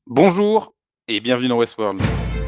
Bonjour et bienvenue dans Westworld.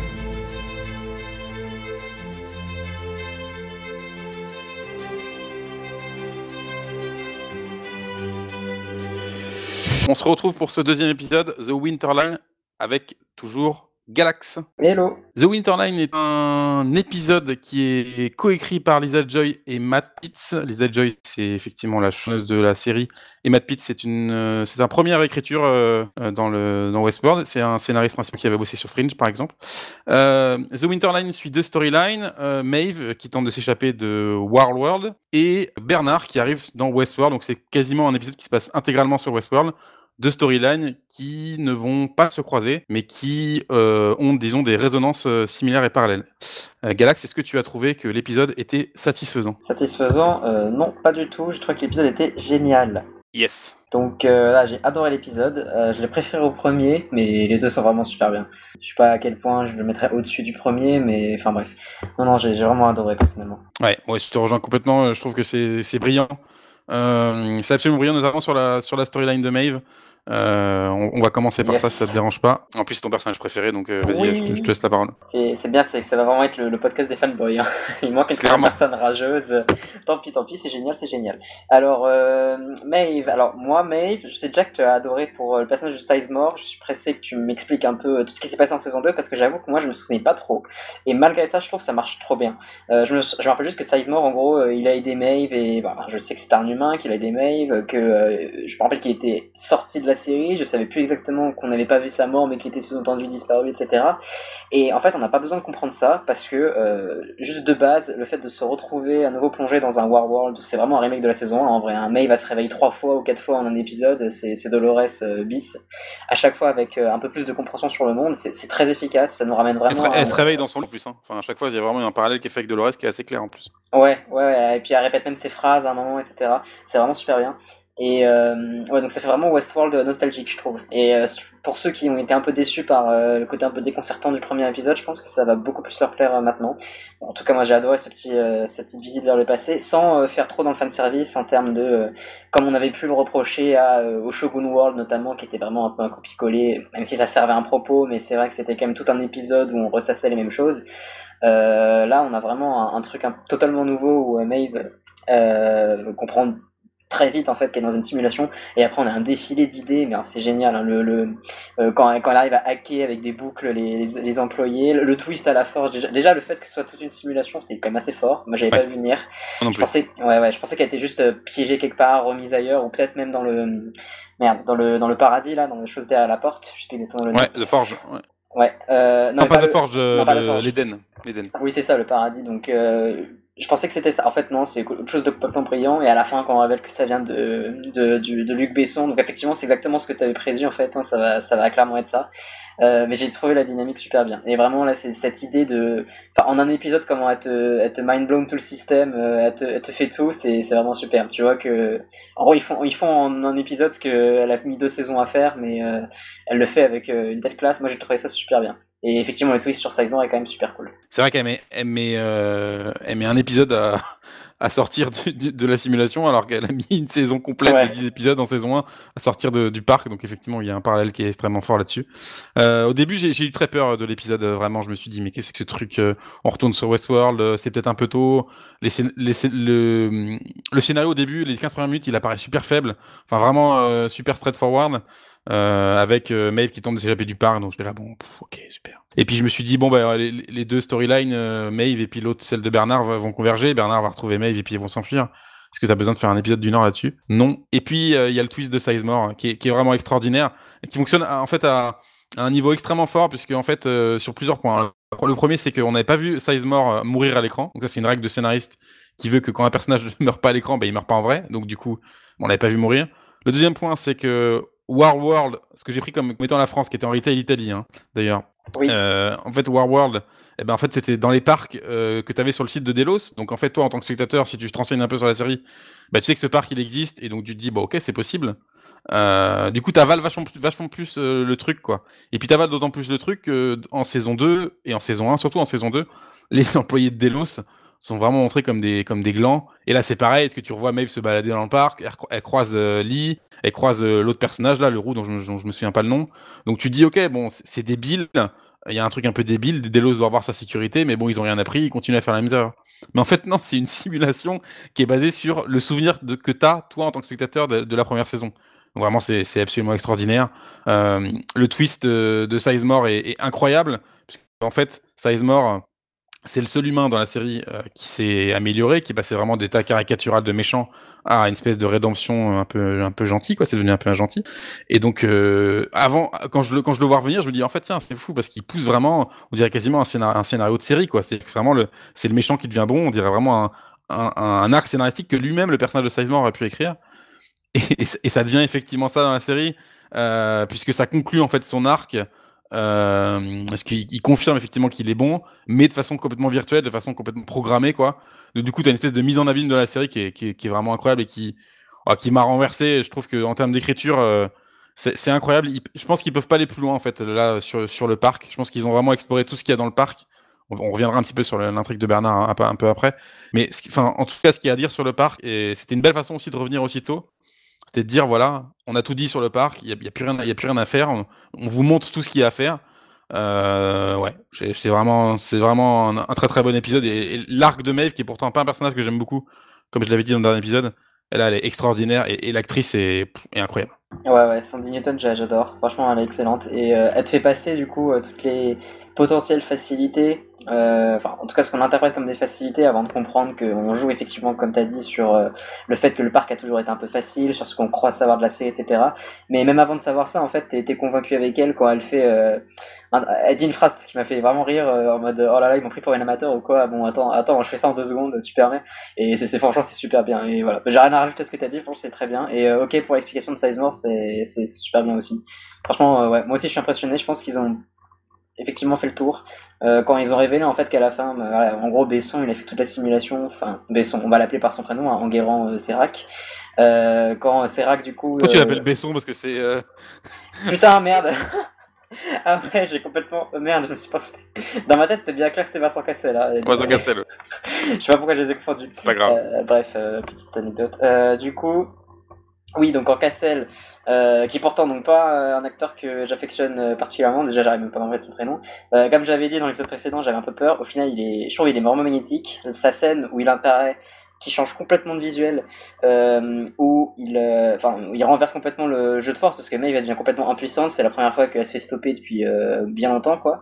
On se retrouve pour ce deuxième épisode, The Winterline, avec toujours Galax. Hello. The Winterline est un épisode qui est coécrit par Lisa Joy et Matt Pitts. Lisa Joy, c'est effectivement la chanteuse de la série, et Matt Pitts, c'est sa première écriture dans Westworld. C'est un scénariste principal qui avait bossé sur Fringe, par exemple. The Winterline suit deux storylines, Maeve qui tente de s'échapper de Warworld et Bernard qui arrive dans Westworld. Donc c'est quasiment un épisode qui se passe intégralement sur Westworld. Deux storylines qui ne vont pas se croiser, mais qui ont, disons, des résonances similaires et parallèles. Galax, est-ce que tu as trouvé que l'épisode était satisfaisant ? Satisfaisant? Non, pas du tout. Je trouve que l'épisode était génial. Yes. Donc là, j'ai adoré l'épisode. Je l'ai préféré au premier, mais les deux sont vraiment super bien. Je sais pas à quel point je le mettrais au-dessus du premier, mais enfin bref. Non, j'ai vraiment adoré personnellement. Ouais, moi je te rejoins complètement. Je trouve que c'est brillant. C'est absolument brillant, notamment sur la storyline de Maeve. On va commencer par ça si ça te dérange pas. En plus, c'est ton personnage préféré, donc vas-y, Oui. je te laisse la parole. C'est bien, ça va vraiment être le podcast des fanboys. Hein. Il manque une personne rageuse. Tant pis, c'est génial. Alors, Maeve, je sais déjà que tu as adoré pour le personnage de Sizemore. Je suis pressé que tu m'expliques un peu tout ce qui s'est passé en saison 2, parce que j'avoue que moi, je me souvenais pas trop. Et malgré ça, je trouve que ça marche trop bien. Je me rappelle juste que Sizemore, en gros, il a aidé Maeve, et je sais que c'était un humain, qu'il a aidé Maeve, que je me rappelle qu'il était sorti de la série. Je savais plus exactement qu'on n'avait pas vu sa mort, mais qu'il était sous-entendu disparu, etc. Et en fait, on n'a pas besoin de comprendre ça, parce que juste de base, le fait de se retrouver à nouveau plongé dans un Warworld, c'est vraiment un remake de la saison 1. En vrai, un Maeve va se réveiller 3 fois ou 4 fois en un épisode, c'est Dolores bis. À chaque fois avec un peu plus de compréhension sur le monde, c'est très efficace, ça nous ramène vraiment. Elle se réveille dans son lit en plus. Hein. Enfin, à chaque fois, il y a vraiment un parallèle qui est fait avec Dolores qui est assez clair en plus. Ouais, et puis elle répète même ses phrases à un moment, etc. C'est vraiment super bien. Et donc ça fait vraiment Westworld nostalgique, je trouve. Et pour ceux qui ont été un peu déçus par le côté un peu déconcertant du premier épisode, je pense que ça va beaucoup plus leur plaire maintenant. Bon, en tout cas, moi j'ai adoré cette petite visite vers le passé, sans faire trop dans le fanservice en termes de, comme on avait pu le reprocher au Shogun World notamment, qui était vraiment un peu un copier-coller, même si ça servait à un propos, mais c'est vrai que c'était quand même tout un épisode où on ressassait les mêmes choses. Là, on a vraiment un truc totalement nouveau où Maeve comprend très vite en fait qu'elle est dans une simulation, et après on a un défilé d'idées, mais c'est génial, hein, quand elle arrive à hacker avec des boucles les employés, le twist à la forge, déjà le fait que ce soit toute une simulation, c'était quand même assez fort. Moi j'avais pas vu venir. Je pensais qu'elle était juste piégée quelque part, remise ailleurs, ou peut-être même dans le paradis là, dans les choses derrière la porte. Je sais plus exactement le nom. Ouais, The Forge. Ouais. Non, pas The Forge, l'Eden. Oui, c'est ça, le paradis. Donc, je pensais que c'était ça. En fait, non, c'est autre chose de complètement brillant. Et à la fin, quand on révèle que ça vient de Luc Besson, donc effectivement, c'est exactement ce que tu avais prédit, en fait. Hein, ça va clairement être ça. Mais j'ai trouvé la dynamique super bien. Et vraiment, là, c'est cette idée de. Enfin, en un épisode, comment elle te mind blown tout le système, elle te fait tout, c'est vraiment super. Tu vois que. En gros, ils font en un épisode ce qu'elle a mis 2 saisons à faire, mais elle le fait avec une telle classe. Moi, j'ai trouvé ça super bien. Et effectivement, le twist sur Sizemore est quand même super cool. C'est vrai qu'elle met un épisode à sortir de la simulation, alors qu'elle a mis une saison complète de 10 épisodes en saison 1 à sortir du parc. Donc effectivement, il y a un parallèle qui est extrêmement fort là-dessus. Au début, j'ai eu très peur de l'épisode. Vraiment, je me suis dit, mais qu'est-ce que ce truc on retourne sur Westworld, c'est peut-être un peu tôt. Le scénario au début, les 15 premières minutes, il apparaît super faible. Enfin, vraiment super straightforward. Avec Maeve qui tente de s'échapper du parc, donc j'étais là, bon, ok, super. Et puis je me suis dit, bon, bah, les deux storylines, Maeve et puis l'autre, celle de Bernard, vont converger. Bernard va retrouver Maeve et puis ils vont s'enfuir. Est-ce que t'as besoin de faire un épisode d'1 heure là-dessus ? Non. Et puis il y a le twist de Sizemore qui est vraiment extraordinaire et qui fonctionne en fait à un niveau extrêmement fort, puisque en fait sur plusieurs points. Le premier, c'est qu'on n'avait pas vu Sizemore mourir à l'écran. Donc ça, c'est une règle de scénariste qui veut que quand un personnage ne meurt pas à l'écran, bah, il meurt pas en vrai. Donc du coup, on l'avait pas vu mourir. Le deuxième point, c'est que Warworld, ce que j'ai pris comme étant la France, qui était en réalité l'Italie, hein, d'ailleurs. Oui. En fait, Warworld, en fait, c'était dans les parcs que tu avais sur le site de Delos. Donc, en fait, toi, en tant que spectateur, si tu te renseignes un peu sur la série, tu sais que ce parc, il existe, et donc tu te dis, ok, c'est possible. Du coup, t'avales vachement plus le truc, quoi. Et puis, t'avales d'autant plus le truc en saison 2, et en saison 1, surtout en saison 2, les employés de Delos sont vraiment montrés comme des glands. Et là, c'est pareil, parce que tu revois Maeve se balader dans le parc, elle croise Lee, elle croise l'autre personnage là, le roux dont je me souviens pas le nom. Donc tu te dis ok, bon, c'est débile. Il y a un truc un peu débile. Delos doit avoir sa sécurité, mais bon, ils ont rien appris, ils continuent à faire la même erreur. Mais en fait, non, c'est une simulation qui est basée sur le souvenir que t'as, toi, en tant que spectateur de la première saison. Donc vraiment, c'est absolument extraordinaire. Le twist de Sizemore est incroyable, puisque en fait, Sizemore, c'est le seul humain dans la série qui s'est amélioré, qui est passé vraiment d'état caricatural de méchant à une espèce de rédemption un peu gentil, quoi. C'est devenu un peu un gentil. Et donc, avant, quand je le vois revenir, je me dis, en fait, tiens, c'est fou parce qu'il pousse vraiment, on dirait quasiment un scénario de série, quoi. C'est vraiment c'est le méchant qui devient bon. On dirait vraiment un arc scénaristique que lui-même, le personnage de Sizemore, aurait pu écrire. Et ça devient effectivement ça dans la série, puisque ça conclut en fait son arc, parce qu'il confirme effectivement qu'il est bon, mais de façon complètement virtuelle, de façon complètement programmée, quoi. Donc, du coup, t'as une espèce de mise en abîme de la série qui est vraiment incroyable et qui m'a renversé. Je trouve que en termes d'écriture, c'est incroyable. Je pense qu'ils peuvent pas aller plus loin en fait là sur le parc. Je pense qu'ils ont vraiment exploré tout ce qu'il y a dans le parc. On reviendra un petit peu sur l'intrigue de Bernard un peu après. Mais enfin, en tout cas, ce qu'il y a à dire sur le parc, et c'était une belle façon aussi de revenir aussitôt. C'était de dire voilà, on a tout dit sur le parc, il y a plus rien, il y a plus rien à faire. On vous montre tout ce qu'il y a à faire. Ouais, c'est vraiment un très très bon épisode et l'arc de Maeve qui est pourtant pas un personnage que j'aime beaucoup, comme je l'avais dit dans le dernier épisode. Elle est extraordinaire et l'actrice est incroyable. Ouais, Sandy Newton, j'adore. Franchement, elle est excellente. Et elle te fait passer, du coup, toutes les potentielles facilités, enfin, en tout cas, ce qu'on interprète comme des facilités avant de comprendre qu'on joue effectivement, comme tu as dit, sur le fait que le parc a toujours été un peu facile, sur ce qu'on croit savoir de la série, etc. Mais même avant de savoir ça, en fait, t'es convaincu avec elle quand elle fait. Elle dit une phrase qui m'a fait vraiment rire en mode oh là là, ils m'ont pris pour un amateur ou quoi. Bon, attends, je fais ça en 2 secondes, tu permets. Et franchement, c'est super bien. Et voilà, j'ai rien à rajouter à ce que tu as dit, franchement, c'est très bien. Et ok, pour l'explication de Sizemore, c'est super bien aussi. Franchement, ouais, moi aussi, je suis impressionné. Je pense qu'ils ont effectivement fait le tour. Quand ils ont révélé en fait qu'à la fin, voilà, en gros, Besson, il a fait toute la simulation. Enfin, Besson, on va l'appeler par son prénom, hein, Enguerrand Serac. Quand Serac, du coup. Pourquoi tu l'appelles Besson parce que c'est Putain, merde! Après, j'ai complètement. Merde, je me suis pas. Dans ma tête, c'était bien clair que c'était Vincent Cassel. Là. Vincent Cassel. Je sais pas pourquoi je les ai confondus. C'est pas grave. Bref, petite anecdote. Du coup, oui, donc en Cassel, qui est pourtant donc pas un acteur que j'affectionne particulièrement. Déjà, j'arrive même pas à m'en de son prénom. Comme j'avais dit dans l'épisode précédent, j'avais un peu peur. Au final, je trouve qu'il est vraiment magnétique. Sa scène où il apparaît, qui change complètement de visuel, où il renverse complètement le jeu de force parce que Maeve devient complètement impuissante. C'est la première fois qu'elle se fait stopper depuis bien longtemps, quoi.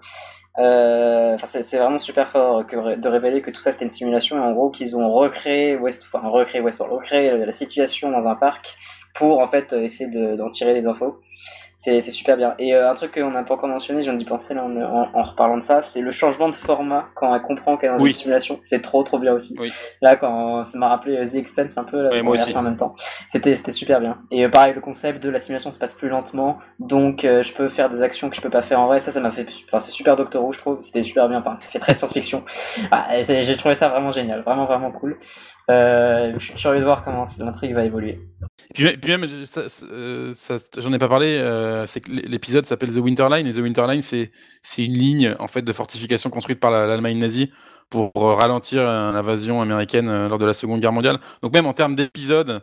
C'est vraiment super fort de révéler que tout ça c'était une simulation et en gros qu'ils ont recréé recréé la situation dans un parc pour en fait essayer d'en tirer les infos. C'est super bien. Et un truc qu'on n'a pas encore mentionné, je viens d'y penser là en reparlant de ça, c'est le changement de format quand elle comprend qu'elle est dans une simulation. C'est trop bien aussi. Oui. Là, quand ça m'a rappelé The Expanse un peu, là, moi aussi. en même temps. C'était super bien. Et pareil, le concept de la simulation se passe plus lentement, donc je peux faire des actions que je peux pas faire en vrai. Ça m'a fait. Enfin, c'est super Doctor Who, je trouve. C'était super bien. Enfin, c'est très science-fiction. J'ai trouvé ça vraiment génial, vraiment cool. Je suis curieux de voir comment l'intrigue va évoluer. Puis même, j'en ai pas parlé, c'est que l'épisode s'appelle The Winter Line, et The Winter Line, c'est une ligne en fait de fortification construite par l'Allemagne nazie pour ralentir l'invasion américaine lors de la Seconde Guerre mondiale. Donc même en termes d'épisodes,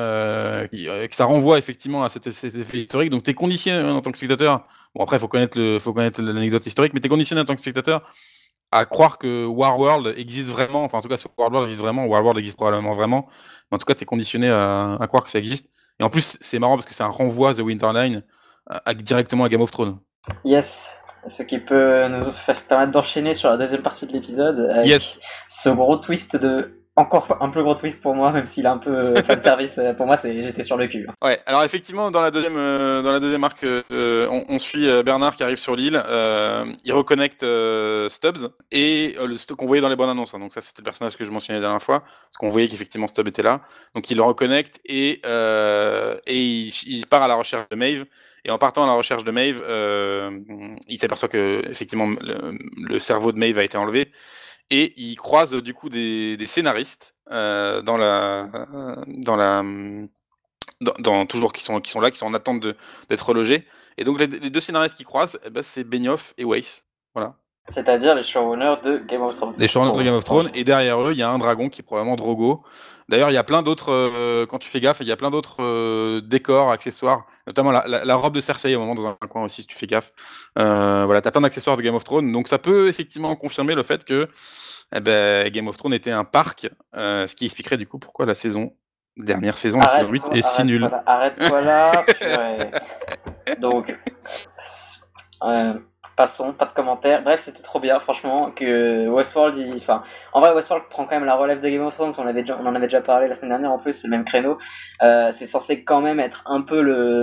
que ça renvoie effectivement à cet effet historique. Donc t'es conditionné en tant que spectateur. Bon après, faut connaître l'anecdote historique, mais t'es conditionné en tant que spectateur à croire que Warworld existe vraiment, enfin en tout cas Warworld existe vraiment, Warworld existe probablement vraiment, mais en tout cas t'es conditionné à croire que ça existe. Et en plus c'est marrant parce que c'est un renvoi The Winter Line directement à Game of Thrones. Yes, ce qui peut nous permettre d'enchaîner sur la deuxième partie de l'épisode avec ce gros twist encore un plus gros twist pour moi, même s'il a un peu fan service. Pour moi, j'étais sur le cul. Ouais, alors effectivement, dans la deuxième arc, on suit Bernard qui arrive sur l'île. Il reconnecte Stubbs et qu'on voyait dans les bandes annonces. Hein, donc ça, c'était le personnage que je mentionnais la dernière fois, parce qu'on voyait qu'effectivement Stubbs était là. Donc il le reconnecte et il part à la recherche de Maeve. Et en partant à la recherche de Maeve, il s'aperçoit que effectivement le cerveau de Maeve a été enlevé. Et il croise du coup des scénaristes toujours qui sont là, qui sont en attente d'être relogés. Et donc les deux scénaristes qui croisent, c'est Benioff et Weiss. Voilà. C'est-à-dire les showrunners de Game of Thrones. Les showrunners de Game of Thrones, et derrière eux, il y a un dragon qui est probablement Drogo. D'ailleurs, il y a plein d'autres, quand tu fais gaffe, il y a plein d'autres décors, accessoires, notamment la robe de Cersei au moment dans un coin aussi, si tu fais gaffe. Voilà, t'as plein d'accessoires de Game of Thrones, donc ça peut effectivement confirmer le fait que Game of Thrones était un parc, ce qui expliquerait du coup pourquoi dernière saison, la saison 8, est si nulle. Arrête-toi là, purée. Donc, euh, passons, pas de commentaires. Bref, c'était trop bien, franchement, que Westworld, enfin, en vrai, Westworld prend quand même la relève de Game of Thrones. On en avait déjà parlé la semaine dernière. En plus, c'est le même créneau. C'est censé quand même être un peu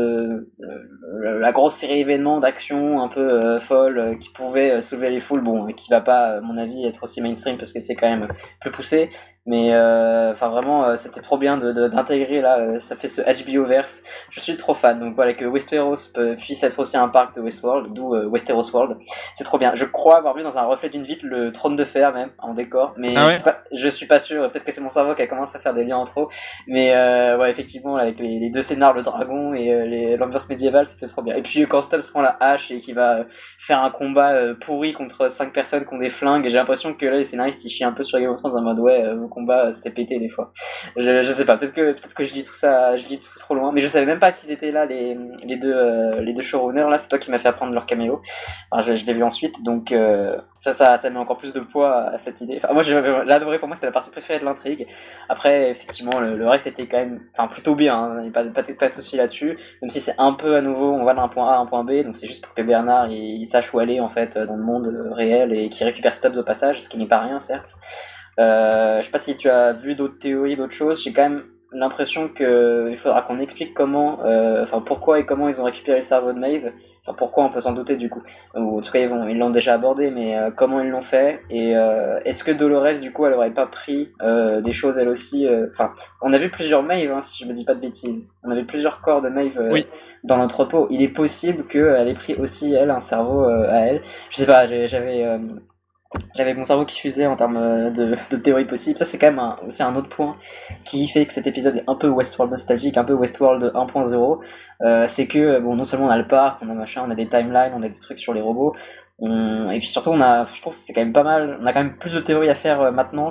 la grosse série événement d'action, un peu folle, qui pouvait soulever les foules. Bon, qui va pas, à mon avis, être aussi mainstream parce que c'est quand même plus poussé. Mais enfin vraiment, c'était trop bien d'intégrer là. Ça fait ce HBO verse. Je suis trop fan. Donc voilà, que Westeros puisse être aussi un parc de Westworld, d'où Westeros World. C'est trop bien. Je crois avoir vu dans un reflet d'une vitre le trône de fer même en décor, mais Ah ouais? je suis pas sûr. Peut-être que c'est mon cerveau qui a commencé à faire des liens entre eux. Mais ouais, effectivement, là, avec les deux scénars, le dragon et l'ambiance médiévale, c'était trop bien. Et puis quand Stubbs prend la hache et qu'il va faire un combat pourri contre 5 personnes qui ont des flingues, et j'ai l'impression que là les scénaristes ils chient un peu sur Game of Thrones en mode ouais, vos combats c'était pété des fois. Je sais pas, peut-être que je dis tout ça, je dis tout trop loin, mais je savais même pas qu'ils étaient là les deux showrunners là. C'est toi qui m'as fait apprendre leur caméo. Enfin, je l'ai vu ensuite, donc ça met encore plus de poids à cette idée. Enfin, moi j'ai adoré, pour moi c'était la partie préférée de l'intrigue. Après effectivement le reste était quand même, enfin plutôt bien, hein, il n'y a pas de souci là-dessus. Même si c'est un peu à nouveau, on va d'un point A à un point B, donc c'est juste pour que Bernard il sache où aller en fait dans le monde réel et qu'il récupère Stubbs au passage, ce qui n'est pas rien certes. Je sais pas si tu as vu d'autres théories, d'autres choses. J'ai quand même l'impression que il faudra qu'on explique comment, enfin pourquoi et comment ils ont récupéré le cerveau de Maeve. Enfin pourquoi on peut s'en douter du coup. Ou en tout cas ils l'ont déjà abordé, mais comment ils l'ont fait et est-ce que Dolores du coup elle aurait pas pris des choses elle aussi. Enfin on a vu plusieurs Maeve, hein, si je me dis pas de bêtises. On avait plusieurs corps de Maeve Oui. dans l'entrepôt. Il est possible qu'elle ait pris aussi elle un cerveau à elle. Je sais pas, j'avais mon cerveau qui fusait en termes de théories possibles. Ça, c'est quand même aussi un autre point qui fait que cet épisode est un peu Westworld nostalgique, un peu Westworld 1.0. C'est que, bon, non seulement on a le parc, on a machin, on a des timelines, on a des trucs sur les robots. Et puis surtout, je trouve que c'est quand même pas mal. On a quand même plus de théories à faire maintenant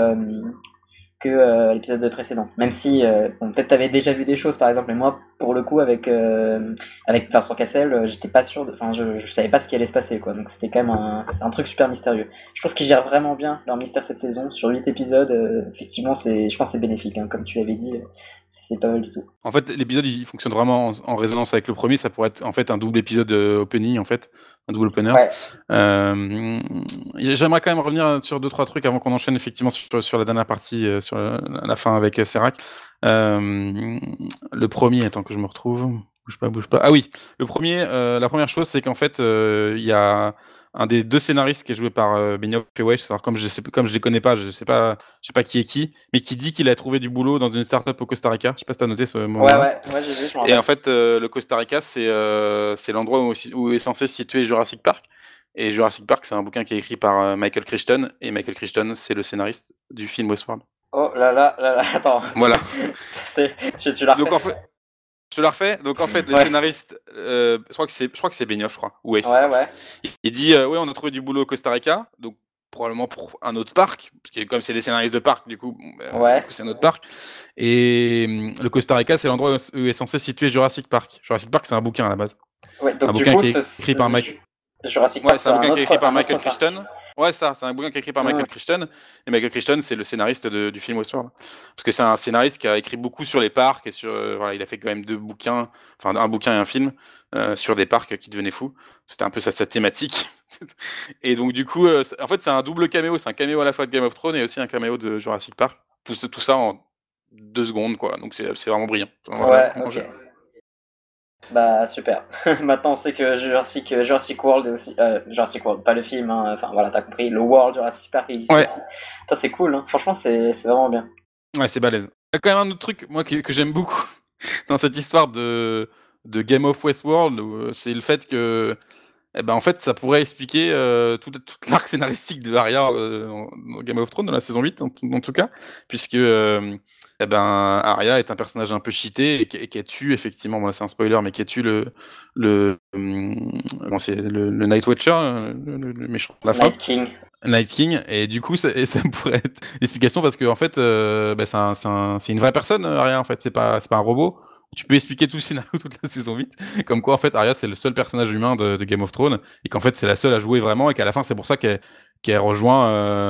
que l'épisode précédent. Même si, bon, peut-être t'avais déjà vu des choses, par exemple, mais moi, pour le coup, avec Vincent Cassel, j'étais pas sûr, enfin, je savais pas ce qui allait se passer, quoi. Donc c'était quand même c'est un truc super mystérieux. Je trouve qu'ils gèrent vraiment bien leur mystère cette saison. Sur 8 épisodes, effectivement, je pense que c'est bénéfique, hein, comme tu l'avais dit, c'est pas mal du tout. En fait, l'épisode il fonctionne vraiment en résonance avec le premier. Ça pourrait être en fait un double épisode opening, en fait, un double opener. Ouais. J'aimerais quand même revenir sur 2-3 trucs avant qu'on enchaîne effectivement sur la dernière partie, sur la fin avec Serac. Le premier, attends que je me retrouve. Bouge pas. Ah oui, le premier, la première chose, c'est qu'en fait, il y a un des deux scénaristes qui est joué par Benioff et Weiss. Alors comme je les connais pas, je sais pas qui est qui, mais qui dit qu'il a trouvé du boulot dans une startup au Costa Rica. Je sais pas si t'as noté ce moment-là. Ouais, j'ai vu, je m'en Et rappelle. en fait, le Costa Rica, c'est l'endroit où est censé se situer Jurassic Park. Et Jurassic Park, c'est un bouquin qui est écrit par Michael Crichton. Et Michael Crichton, c'est le scénariste du film Westworld. Oh attends. Voilà. Tu l'as refait? Donc en fait, je la refais. Donc en fait, les Ouais, scénaristes, je crois que c'est Benioff, je crois, ou Weiss, ouais, bref. ouais. Il dit, ouais, on a trouvé du boulot au Costa Rica, donc probablement pour un autre parc, parce que comme c'est des scénaristes de parc, du coup, Ouais. c'est un autre parc. Et le Costa Rica, c'est l'endroit où est censé se situer Jurassic Park. Jurassic Park, c'est un bouquin à la base, Ouais, un donc du bouquin coup, qui est écrit par Mike. Jurassic Ouais, Park, c'est c'est un bouquin qui est écrit par un autre Michael parc. Crichton. Ouais, ça, c'est un bouquin qui est écrit par Hmm. Michael Crichton. Et Michael Crichton, c'est le scénariste du film Westworld. Parce que c'est un scénariste qui a écrit beaucoup sur les parcs et sur, voilà, il a fait quand même 2 bouquins, enfin un bouquin et un film sur des parcs qui devenaient fous. C'était un peu sa thématique. Et donc du coup, en fait, c'est un double caméo. C'est un caméo à la fois de Game of Thrones et aussi un caméo de Jurassic Park. Tout ça en 2 secondes, quoi. Donc c'est vraiment brillant. Enfin, voilà, Ouais, vraiment, ok. Bah super. Maintenant on sait que Jurassic World est aussi Jurassic World, pas le film, hein. Enfin voilà, t'as compris, le World Jurassic Park existe Ouais, aussi. Ça c'est cool, hein. Franchement c'est vraiment bien. ouais, c'est balèze. Il y a quand même un autre truc, moi, que j'aime beaucoup dans cette histoire de Game of Westworld, c'est le fait que, eh ben, en fait, ça pourrait expliquer toute l'arc scénaristique de Arya dans Game of Thrones, dans la saison 8, en tout cas, puisque eh ben Arya est un personnage un peu cheaté et qui a tué effectivement, bon là c'est un spoiler, mais qui a tué comment c'est, le Night Watcher, le méchant de la fin. Night King. Night King, et du coup ça pourrait être l'explication parce que en fait c'est une vraie personne, Arya, en fait, c'est pas un robot. Tu peux expliquer tout le scénario toute la saison 8 comme quoi en fait Arya c'est le seul personnage humain de Game of Thrones et qu'en fait c'est la seule à jouer vraiment et qu'à la fin c'est pour ça qu'elle rejoint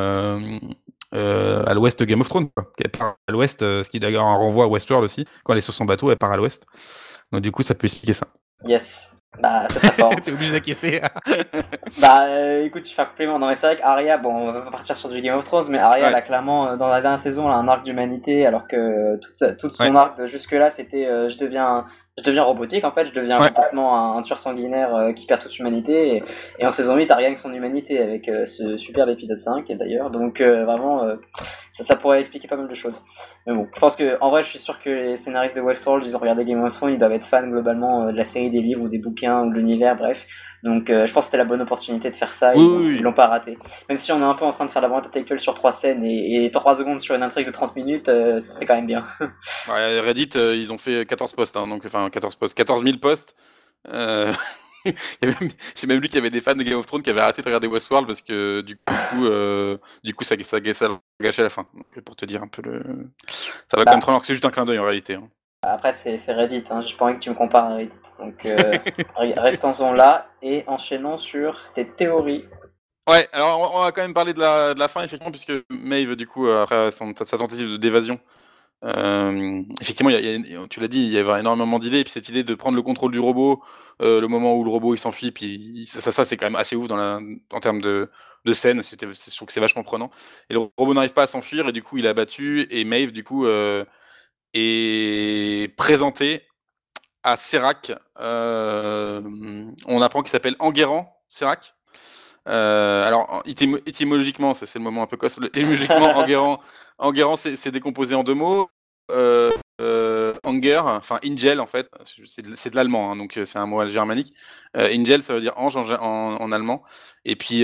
à l'ouest de Game of Thrones, quoi. Qu'elle part à l'ouest, ce qui est d'ailleurs un renvoi à Westworld aussi. Quand elle est sur son bateau, elle part à l'ouest. Donc du coup ça peut expliquer ça. Yes. Bah, c'est très fort. T'es obligé d'acquiescer. Bah, écoute, je fais un complément. Non, mais c'est vrai qu'Arya, bon, on va pas partir sur du Game of Thrones, mais Arya, elle Ouais. a clairement, dans la dernière saison, elle a un arc d'humanité, alors que toute Ouais. son arc de jusque-là, c'était je deviens robotique, en fait, je deviens Ouais. complètement un tueur sanguinaire qui perd toute humanité. Et en saison 8, Arya gagne son humanité avec ce superbe épisode 5, et d'ailleurs. Donc, vraiment, ça pourrait expliquer pas mal de choses. Mais bon, je pense que, en vrai, je suis sûr que les scénaristes de Westworld, ils ont regardé Game of Thrones, ils doivent être fans globalement de la série, des livres ou des bouquins ou de l'univers, bref. Donc je pense que c'était la bonne opportunité de faire ça, Oui. ils l'ont pas raté. Même si on est un peu en train de faire la vente intellectuelle sur 3 scènes et 3 secondes sur une intrigue de 30 minutes, c'est quand même bien. Ouais, Reddit, ils ont fait 14 posts, hein, donc enfin 14 posts, 14 000 posts. Euh, j'ai même lu qu'il y avait des fans de Game of Thrones qui avaient arrêté de regarder Westworld parce que du coup ça gâchait la fin. Donc, pour te dire un peu ça va quand même Bah, trop loin, que c'est juste un clin d'œil en réalité. Hein. après c'est Reddit, hein, j'ai pas envie que tu me compares à Reddit. Donc restons-en là et enchaînons sur tes théories. Ouais, alors on va quand même parler de la fin effectivement puisque Maeve du coup après sa tentative d'évasion. Effectivement, tu l'as dit, il y avait énormément d'idées, et puis cette idée de prendre le contrôle du robot, le moment où le robot il s'enfuit, puis ça c'est quand même assez ouf en termes de scène. Je trouve que c'est vachement prenant. Et le robot n'arrive pas à s'enfuir, et du coup il est abattu, et Maeve du coup est présenté à Serac. On apprend qu'il s'appelle Enguerrand, Serac. Alors étymologiquement, c'est le moment un peu cosse. Étymologiquement, Enguerrand c'est décomposé en deux mots. Anger, enfin Ingel en fait, c'est de l'allemand, hein, donc c'est un mot germanique. Ingel, ça veut dire ange en allemand. Et puis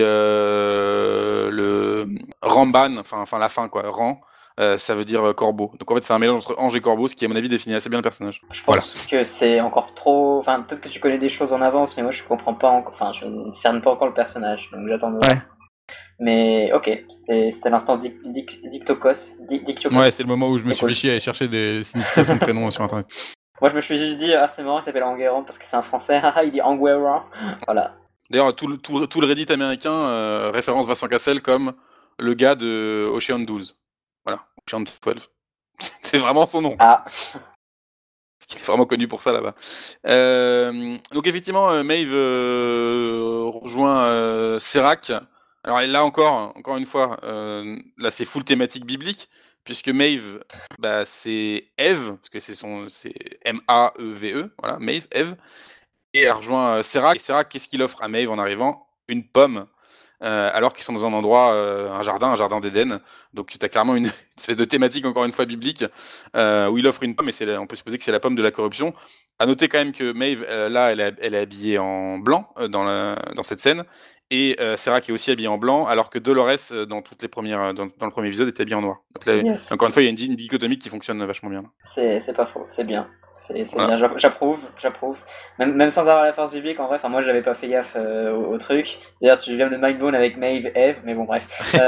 le Ramban, enfin la fin quoi, Ran, ça veut dire corbeau. Donc en fait c'est un mélange entre ange et corbeau, ce qui à mon avis définit assez bien le personnage. Je Voilà. pense que c'est encore trop. Enfin, peut-être que tu connais des choses en avance, mais moi je comprends pas encore. Enfin, je ne cerne pas encore le personnage, donc j'attends de voir. Ouais. Mais ok, c'était l'instant Dictocos. Ouais, c'est le moment où je me suis fait chier à aller chercher des significations de prénoms sur internet. Moi je me suis juste dit, ah c'est marrant, il s'appelle Enguerrand parce que c'est un français, haha, il dit Enguerrand. Voilà. D'ailleurs, tout le Reddit américain référence Vincent Cassel comme le gars de Ocean 12. Voilà, Ocean 12. C'est vraiment son nom. Ah, Il est vraiment connu pour ça là-bas. Donc effectivement, Maeve rejoint Serac. Alors là encore une fois, là c'est full thématique biblique, puisque Maeve, bah, c'est Ève, parce que c'est M-A-E-V-E, voilà, Maeve, Ève. Et elle rejoint Serac. Et Serac, qu'est-ce qu'il offre à Maeve en arrivant? Une pomme. Alors qu'ils sont dans un endroit, un jardin d'Éden. Donc tu as clairement une espèce de thématique, encore une fois, biblique, où il offre une pomme, et on peut supposer que c'est la pomme de la corruption. À noter quand même que Maeve, là, elle est habillée en blanc dans cette scène. Et Serac est aussi habillée en blanc, alors que Dolores, dans le premier épisode, est habillée en noir. Donc là, yes. encore une fois, il y a une dichotomie qui fonctionne vachement bien. C'est pas faux, c'est bien. C'est Voilà. bien, j'approuve. Même sans avoir la force biblique, en vrai, enfin moi j'avais pas fait gaffe au truc. D'ailleurs tu viens de mindbone avec Maeve, Eve, mais bon bref.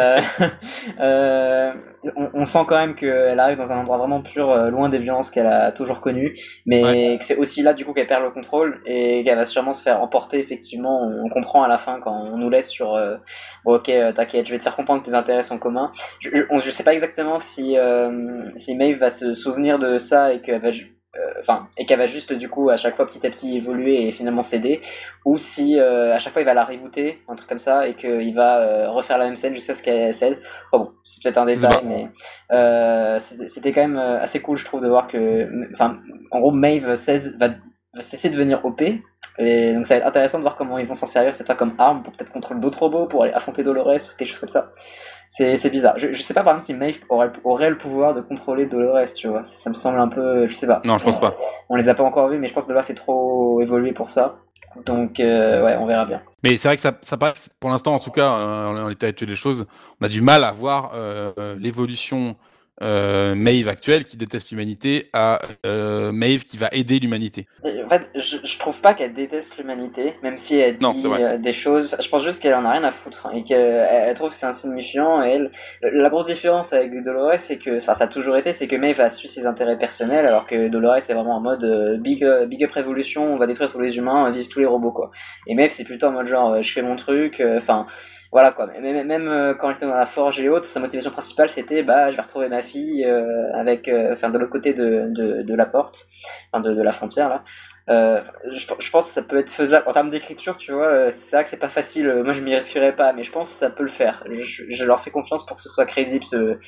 On sent quand même qu'elle arrive dans un endroit vraiment pur, loin des violences qu'elle a toujours connues, mais Ouais. que c'est aussi là du coup qu'elle perd le contrôle et qu'elle va sûrement se faire emporter effectivement, on comprend à la fin quand on nous laisse sur bon ok t'inquiète, je vais te faire comprendre que les intérêts sont communs. Je sais pas exactement si Maeve va se souvenir de ça et qu'elle va et qu'elle va juste du coup à chaque fois petit à petit évoluer et finalement céder, ou si à chaque fois il va la rebooter, un truc comme ça, et qu'il va refaire la même scène jusqu'à ce qu'elle cède. Bon, c'est peut-être un détail, mais c'était quand même assez cool, je trouve, de voir que, enfin, en gros, Maeve 16 va cesser de devenir OP. Et donc ça va être intéressant de voir comment ils vont s'en servir cette fois comme arme pour peut-être contrôler d'autres robots, pour aller affronter Dolores ou quelque chose comme ça. C'est bizarre. Je sais pas par exemple si Maeve aurait le pouvoir de contrôler Dolores, tu vois. Ça me semble un peu. Je sais pas. Non, je pense pas. On les a pas encore vus, mais je pense que là c'est trop évolué pour ça. Donc ouais, on verra bien. Mais c'est vrai que ça passe, pour l'instant en tout cas, en l'état actuel des choses, on a du mal à voir l'évolution Maeve actuelle qui déteste l'humanité à Maeve qui va aider l'humanité. En fait, je trouve pas qu'elle déteste l'humanité, même si elle Non, c'est dit vrai. des choses. Je pense juste qu'elle en a rien à foutre et qu'elle trouve que c'est insignifiant. Et elle, la grosse différence avec Dolores, c'est que, enfin, ça a toujours été, c'est que Maeve a su ses intérêts personnels, alors que Dolores est vraiment en mode big up révolution, on va détruire tous les humains, on va vivre tous les robots quoi. Et Maeve c'est plutôt en mode genre je fais mon truc, enfin. Voilà quoi, même quand elle était dans la forge et autres, sa motivation principale c'était bah je vais retrouver ma fille avec, enfin de l'autre côté de la porte, enfin de la frontière là. Je pense que ça peut être faisable en termes d'écriture, tu vois. C'est vrai que c'est pas facile. Moi, je m'y risquerais pas, mais je pense que ça peut le faire. Je leur fais confiance pour que ce soit crédible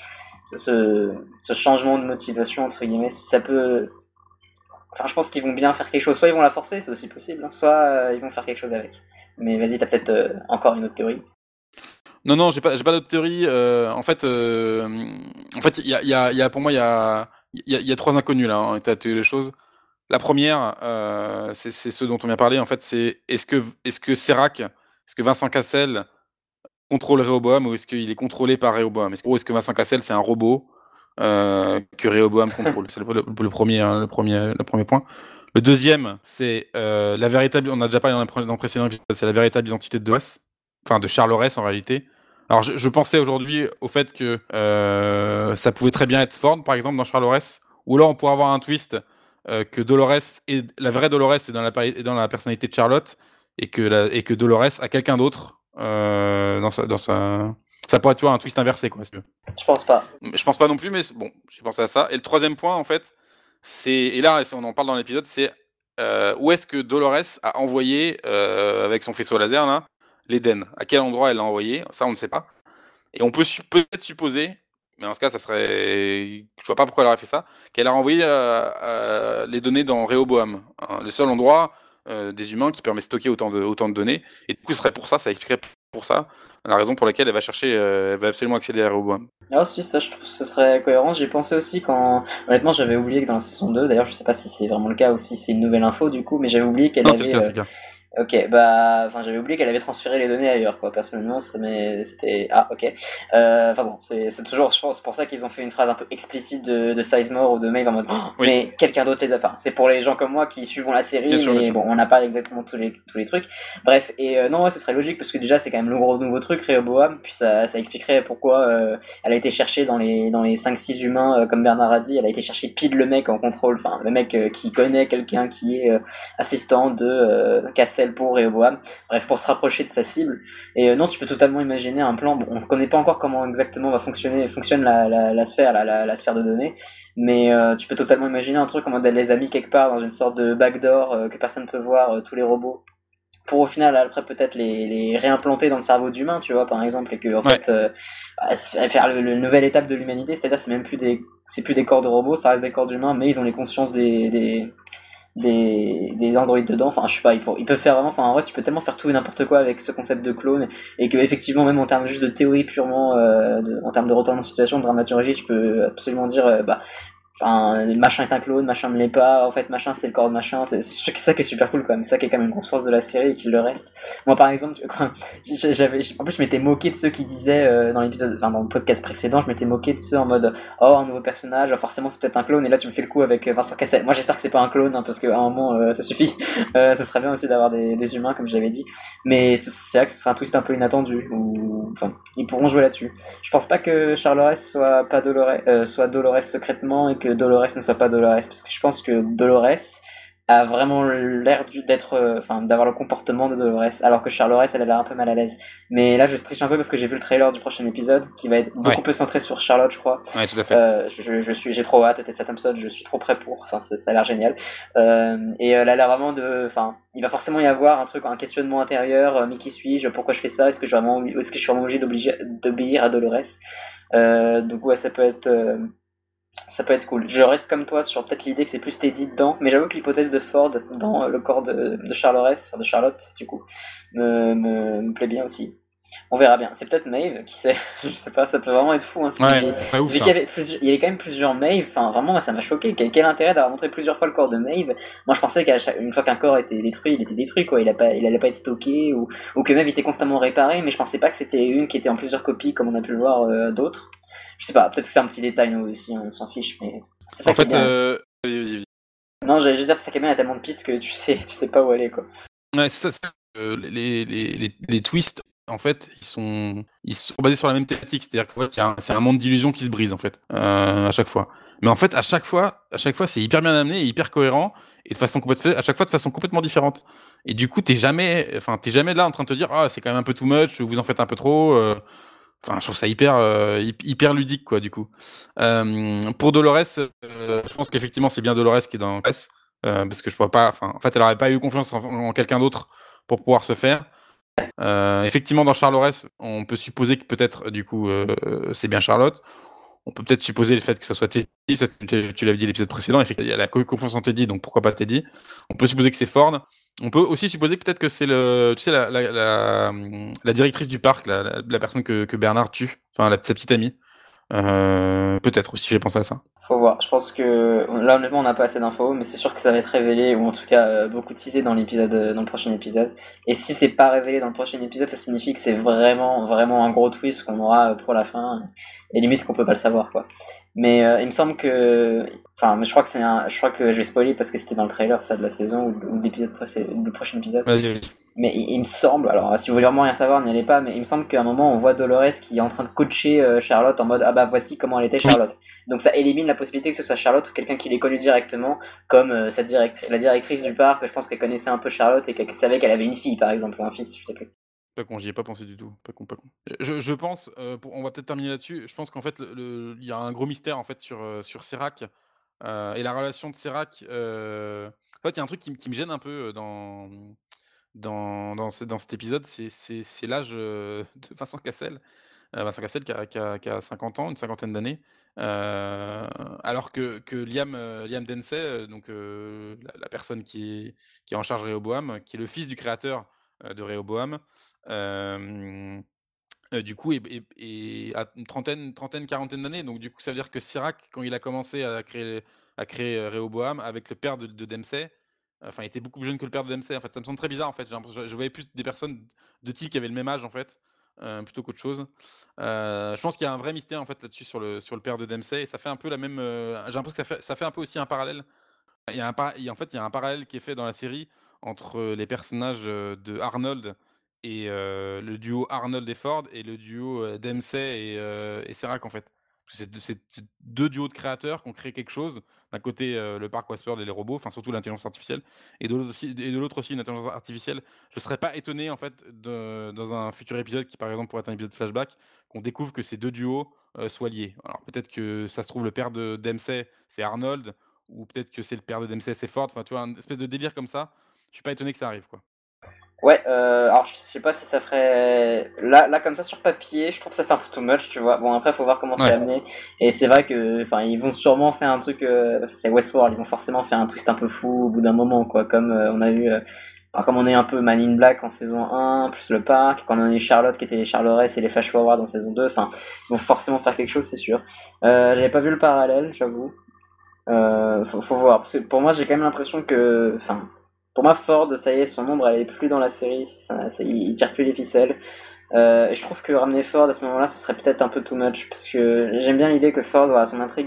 ce changement de motivation entre guillemets. Si ça peut, enfin, je pense qu'ils vont bien faire quelque chose. Soit ils vont la forcer, c'est aussi possible, hein, soit ils vont faire quelque chose avec. Mais vas-y, t'as peut-être encore une autre théorie. Non, j'ai pas d'autre théorie. En fait, pour moi, il y a trois inconnus là. Hein, t'as tué les choses. La première, c'est ce dont on vient parler. En fait, c'est est-ce que Serac, est-ce que Vincent Cassel contrôle Rehoboam ou est-ce qu'il est contrôlé par Rehoboam? Est-ce que Vincent Cassel c'est un robot que Rehoboam contrôle? C'est le premier, hein, le premier point. Le deuxième, c'est la véritable. On a déjà parlé dans le précédent épisode. C'est la véritable identité de Dorès, enfin de Charles Aurès en réalité. Alors je pensais aujourd'hui au fait que ça pouvait très bien être Ford par exemple dans Charles Aurès, ou là on pourrait avoir un twist que Dolores est la vraie Dolores est dans la personnalité de Charlotte et que Dolores a quelqu'un d'autre dans sa ça pourrait être tu vois un twist inversé quoi si tu veux. Je pense pas. Je pense pas non plus mais bon j'ai pensé à ça et le troisième point en fait c'est et là on en parle dans l'épisode c'est où est-ce que Dolores a envoyé avec son faisceau laser là l'Éden, à quel endroit elle l'a envoyé, ça on ne sait pas et on peut peut-être supposer mais dans ce cas ça serait je vois pas pourquoi elle aurait fait ça qu'elle a envoyé les données dans Rehoboam, hein, le seul endroit des humains qui permet de stocker autant de données et du coup ce serait pour ça expliquerait pour ça la raison pour laquelle elle va chercher elle va absolument accéder à Rehoboam. Ah si, ça je trouve que ce serait cohérent. J'y pensé aussi quand, honnêtement, j'avais oublié que dans la saison 2, d'ailleurs, je sais pas si c'est vraiment le cas ou si c'est une nouvelle info du coup, mais j'avais oublié qu'elle Non c'est le avait cas c'est le cas. Ok, bah, enfin, j'avais oublié qu'elle avait transféré les données ailleurs, quoi. Personnellement, c'était, ah, ok. Enfin bon, c'est toujours, je pense, pour ça qu'ils ont fait une phrase un peu explicite de Sizemore ou de Maeve en mode, oh, Oui mais quelqu'un d'autre les a, enfin, c'est pour les gens comme moi qui suivons la bien série, sûr bien mais sûr. bon, on n'a pas exactement tous les trucs. Bref, et non, ouais, ce serait logique parce que déjà, c'est quand même le gros nouveau truc, Rehoboam, puis ça expliquerait pourquoi elle a été cherchée dans les 5-6 humains, comme Bernard a dit, elle a été chercher pile le mec en contrôle, enfin, le mec qui connaît quelqu'un qui est assistant de Cassel pour Rehoboam. Bref, pour se rapprocher de sa cible. Et non, tu peux totalement imaginer un plan. Bon, on ne connaît pas encore comment exactement fonctionne la sphère, la sphère de données, mais tu peux totalement imaginer un truc en mode elle les a mis quelque part dans une sorte de backdoor que personne ne peut voir, tous les robots. Pour au final après peut-être les réimplanter dans le cerveau d'humain, tu vois, par exemple, et que en Ouais. fait faire le nouvelle étape de l'humanité, c'est-à-dire c'est plus des corps de robots, ça reste des corps d'humains, mais ils ont les consciences des androïdes dedans. Enfin, je sais pas, ils peuvent faire vraiment. Enfin, en vrai, tu peux tellement faire tout et n'importe quoi avec ce concept de clone et que, effectivement, même en termes juste de théorie purement, en termes de retournement de situation, de dramaturgie, tu peux absolument dire, bah, enfin, machin est un clone, machin ne l'est pas, en fait, machin c'est le corps de machin, c'est ça qui est super cool quand même, c'est ça qui est quand même une grosse force de la série et qui le reste. Moi par exemple, en plus je m'étais moqué de ceux qui disaient dans l'épisode, enfin dans le podcast précédent, je m'étais moqué de ceux en mode oh un nouveau personnage, forcément c'est peut-être un clone, et là tu me fais le coup avec Vincent Cassel. Moi j'espère que c'est pas un clone, hein, parce qu'à un moment ça suffit, ça serait bien aussi d'avoir des humains comme j'avais dit, mais c'est vrai que ce serait un twist un peu inattendu, ou enfin ils pourront jouer là-dessus. Je pense pas que Charles soit pas Dolores, soit Dolores secrètement et que Dolores ne soit pas Dolores, parce que je pense que Dolores a vraiment l'air d'être, enfin, d'avoir le comportement de Dolores, alors que Charles elle a l'air un peu mal à l'aise. Mais là, je triche un peu parce que j'ai vu le trailer du prochain épisode, qui va être beaucoup Ouais, plus centré sur Charlotte, je crois. ouais, tout à fait. J'ai trop hâte, Tessa Thompson, je suis trop prêt pour. Enfin, ça a l'air génial. Là, là, vraiment enfin, il va forcément y avoir un truc, un questionnement intérieur. Mais qui suis-je? Pourquoi je fais ça? Est-ce que je suis vraiment obligé d'obéir à Dolores? Donc ouais, ça peut être cool. Je reste comme toi sur peut-être l'idée que c'est plus Teddy dedans, mais j'avoue que l'hypothèse de Ford dans le corps de de Charlotte, du coup, me plaît bien aussi. On verra bien. C'est peut-être Maeve, qui sait. Je sais pas, ça peut vraiment être fou. Hein, Ouais, ça serait ouf vu ça. il y avait quand même plusieurs Maeve, enfin vraiment, moi, ça m'a choqué. Quel intérêt d'avoir montré plusieurs fois le corps de Maeve? Moi, je pensais qu'une fois qu'un corps était détruit, il était détruit, quoi. Il allait pas être stocké, ou que Maeve était constamment réparé, mais je pensais pas que c'était une qui était en plusieurs copies, comme on a pu le voir d'autres. Je sais pas, peut-être que c'est un petit détail, nous aussi, on s'en fiche, mais c'est ça En qui est fait, bien. vas-y. Non, j'allais juste dire, c'est ça qui est bien, il y a tellement de pistes que tu sais pas où aller, quoi. Ouais, c'est ça. Les twists, en fait, ils sont basés sur la même thématique. C'est-à-dire qu'en fait, c'est un monde d'illusions qui se brise, en fait, à chaque fois. Mais en fait, à chaque fois, c'est hyper bien amené et hyper cohérent et à chaque fois de façon complètement différente. Et du coup, t'es jamais là en train de te dire, ah, c'est quand même un peu too much, vous en faites un peu trop. Enfin, je trouve ça hyper ludique, quoi, du coup. Pour Dolores, je pense qu'effectivement, c'est bien Dolores qui est dans Grèce, parce que je vois pas, enfin, en fait, elle aurait pas eu confiance en quelqu'un d'autre pour pouvoir se faire. Effectivement, dans Charlores, on peut supposer que peut-être, du coup, c'est bien Charlotte. On peut peut-être supposer le fait que ça soit Teddy, ça, tu l'avais dit l'épisode précédent, effectivement, il y a la confiance en Teddy, donc pourquoi pas Teddy. On peut supposer que c'est Ford. On peut aussi supposer que peut-être que c'est tu sais, la directrice du parc, la personne que Bernard tue, enfin, sa petite amie. Peut-être aussi, j'ai pensé à ça. Faut voir. Je pense que là honnêtement on n'a pas assez d'infos, mais c'est sûr que ça va être révélé ou en tout cas beaucoup teasé dans dans le prochain épisode. Et si c'est pas révélé dans le prochain épisode, ça signifie que c'est vraiment un gros twist qu'on aura pour la fin et limite qu'on peut pas le savoir quoi. Mais il me semble que, enfin, mais je crois que je vais spoiler parce que c'était dans le trailer ça de la saison ou de l'épisode précédent, du prochain épisode. Vas-y. Mais il me semble, alors si vous voulez vraiment rien savoir, n'y allez pas, mais il me semble qu'à un moment on voit Dolores qui est en train de coacher Charlotte en mode ah bah voici comment elle était Oui, Charlotte. Donc ça élimine la possibilité que ce soit Charlotte ou quelqu'un qui l'ait connu directement, comme la directrice du parc, je pense qu'elle connaissait un peu Charlotte et qu'elle savait qu'elle avait une fille par exemple, ou un fils, je sais plus. pas con, j'y ai pas pensé du tout. Pas con. Je pense, on va peut-être terminer là-dessus. Je pense qu'en fait, il y a un gros mystère en fait sur Serac et la relation de Serac. En fait, il y a un truc qui me gêne un peu dans cet épisode, c'est l'âge de Vincent Cassel. Vincent Cassel qui a 50 ans, une cinquantaine d'années, alors que Liam Densey, donc la personne qui est en charge de Rehoboam, qui est le fils du créateur de Rehoboam, euh, du coup, a une trentaine, quarantaine d'années. Donc, du coup, ça veut dire que Sirac, quand il a commencé à créer Rehoboam avec le père de Dempsey, enfin, il était beaucoup plus jeune que le père de Dempsey. En fait, ça me semble très bizarre. En fait, je voyais plus des personnes de type qui avaient le même âge, en fait, plutôt qu'autre chose. Je pense qu'il y a un vrai mystère en fait là-dessus sur le père de Dempsey. Et ça fait un peu la même. J'ai l'impression que ça fait un peu aussi un parallèle. En fait, il y a un parallèle qui est fait dans la série entre les personnages de Arnold et le duo Arnold et Ford et le duo Dempsey et Serac en fait. C'est deux duos de créateurs qui ont créé quelque chose. D'un côté, le parc Westworld et les robots, enfin surtout l'intelligence artificielle, et de l'autre aussi une intelligence artificielle. Je serais pas étonné en fait dans un futur épisode qui par exemple pourrait être un épisode flashback, qu'on découvre que ces deux duos soient liés. Alors peut-être que ça se trouve le père de Dempsey c'est Arnold ou peut-être que c'est le père de Dempsey, c'est Ford. Enfin, tu vois, une espèce de délire comme ça. Je suis pas étonné que ça arrive, quoi. Ouais, alors je sais pas si ça ferait. Là, comme ça sur papier, je trouve que ça fait un peu too much, tu vois. Bon, après, faut voir comment c'est Ouais. amené. Et c'est vrai que, enfin, ils vont sûrement faire un truc. C'est Westworld, ils vont forcément faire un twist un peu fou au bout d'un moment, quoi. Comme on a vu. Enfin, comme on a eu un peu Man in Black en saison 1, plus le parc, quand on a eu Charlotte qui était les Charleroi et les Flash Forward en saison 2, enfin, ils vont forcément faire quelque chose, c'est sûr. J'avais pas vu le parallèle, j'avoue. Faut voir. Parce que pour moi, j'ai quand même l'impression que. Enfin, pour moi, Ford, ça y est, son ombre, elle est plus dans la série. Il tire plus les ficelles. Et je trouve que ramener Ford à ce moment-là, ce serait peut-être un peu too much. Parce que j'aime bien l'idée que Ford, voilà, son intrigue,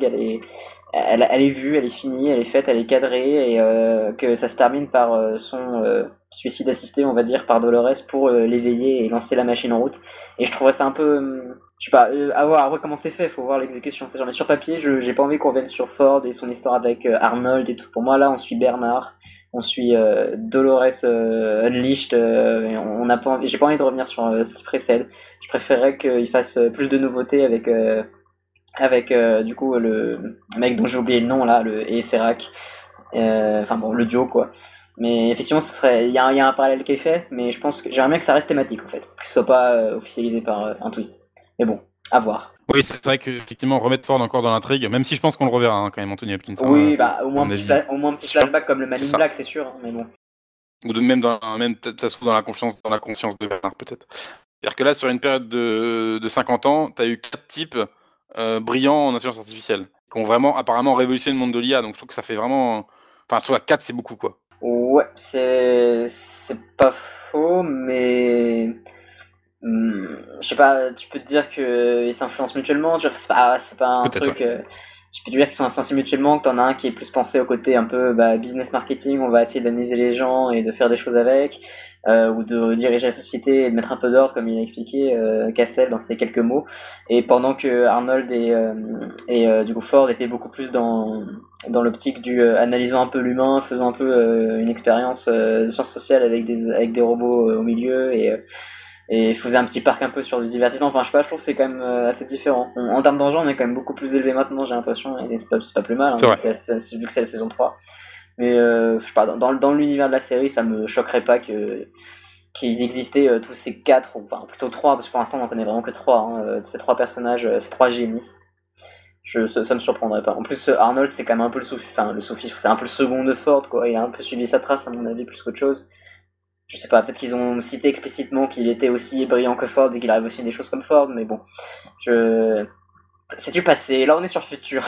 elle est vue, elle est finie, elle est faite, elle est cadrée. Et que ça se termine par son suicide assisté, on va dire, par Dolores pour l'éveiller et lancer la machine en route. Et je trouverais ça un peu. Je sais pas, à voir comment c'est fait, faut voir l'exécution. C'est genre, mais sur papier, j'ai pas envie qu'on revienne sur Ford et son histoire avec Arnold et tout. Pour moi, là, on suit Bernard, on suit Dolores Unleashed. Et on n'a pas j'ai pas envie de revenir sur ce qui précède. Je préférerais qu'il fasse plus de nouveautés avec du coup le mec dont j'ai oublié le nom là, et Serac. Enfin bon, le duo quoi. Mais effectivement, il y a un parallèle qui est fait, mais je pense que j'aimerais bien que ça reste thématique en fait, que ce soit pas officialisé par un twist. Mais bon, à voir. Oui, c'est vrai qu'effectivement, remettre Ford encore dans l'intrigue, même si je pense qu'on le reverra hein, quand même, Anthony Hopkins, Oui, bah à mon avis. au moins un petit C'est sûr, flashback comme le Man c'est in ça. Black, c'est sûr, hein, mais bon. Ou même peut-être ça se trouve dans la conscience de Bernard, peut-être. C'est-à-dire que là, sur une période de 50 ans, tu as eu quatre types brillants en intelligence artificielle, qui ont vraiment apparemment révolutionné le monde de l'IA. Donc je trouve que ça fait vraiment. Enfin, sur la 4, c'est beaucoup, quoi. Ouais, c'est pas faux, mais je sais pas, tu peux te dire qu'ils s'influencent mutuellement, tu vois, c'est pas un Peut-être, truc. ouais. Tu peux te dire qu'ils sont influencés mutuellement, que t'en as un qui est plus pensé au côté un peu business marketing, on va essayer d'analyser les gens et de faire des choses avec, ou de diriger la société et de mettre un peu d'ordre, comme il a expliqué Cassel dans ses quelques mots. Et pendant que Arnold et du coup Ford étaient beaucoup plus dans l'optique du analysant un peu l'humain, faisant un peu une expérience de sciences sociales avec des robots au milieu et faisait un petit parc un peu sur du divertissement. Enfin, je sais pas, je trouve que c'est quand même assez différent. En termes d'enjeux, on est quand même beaucoup plus élevé maintenant, j'ai l'impression, et c'est pas plus mal, hein, C'est vrai. vu que c'est la saison 3. Mais je sais pas, dans l'univers de la série, ça me choquerait pas qu'ils existaient tous ces quatre, ou enfin plutôt trois, parce que pour l'instant on en connaît vraiment que trois, hein, ces trois personnages, ces trois génies. Ça me surprendrait pas. En plus, Arnold, c'est quand même un peu le sous-fifre, c'est un peu le second de Ford, quoi. Il a un peu suivi sa trace, à mon avis, plus qu'autre chose. Je sais pas, peut-être qu'ils ont cité explicitement qu'il était aussi brillant que Ford et qu'il arrive aussi des choses comme Ford, mais bon, je... c'est du passé, là on est sur le futur.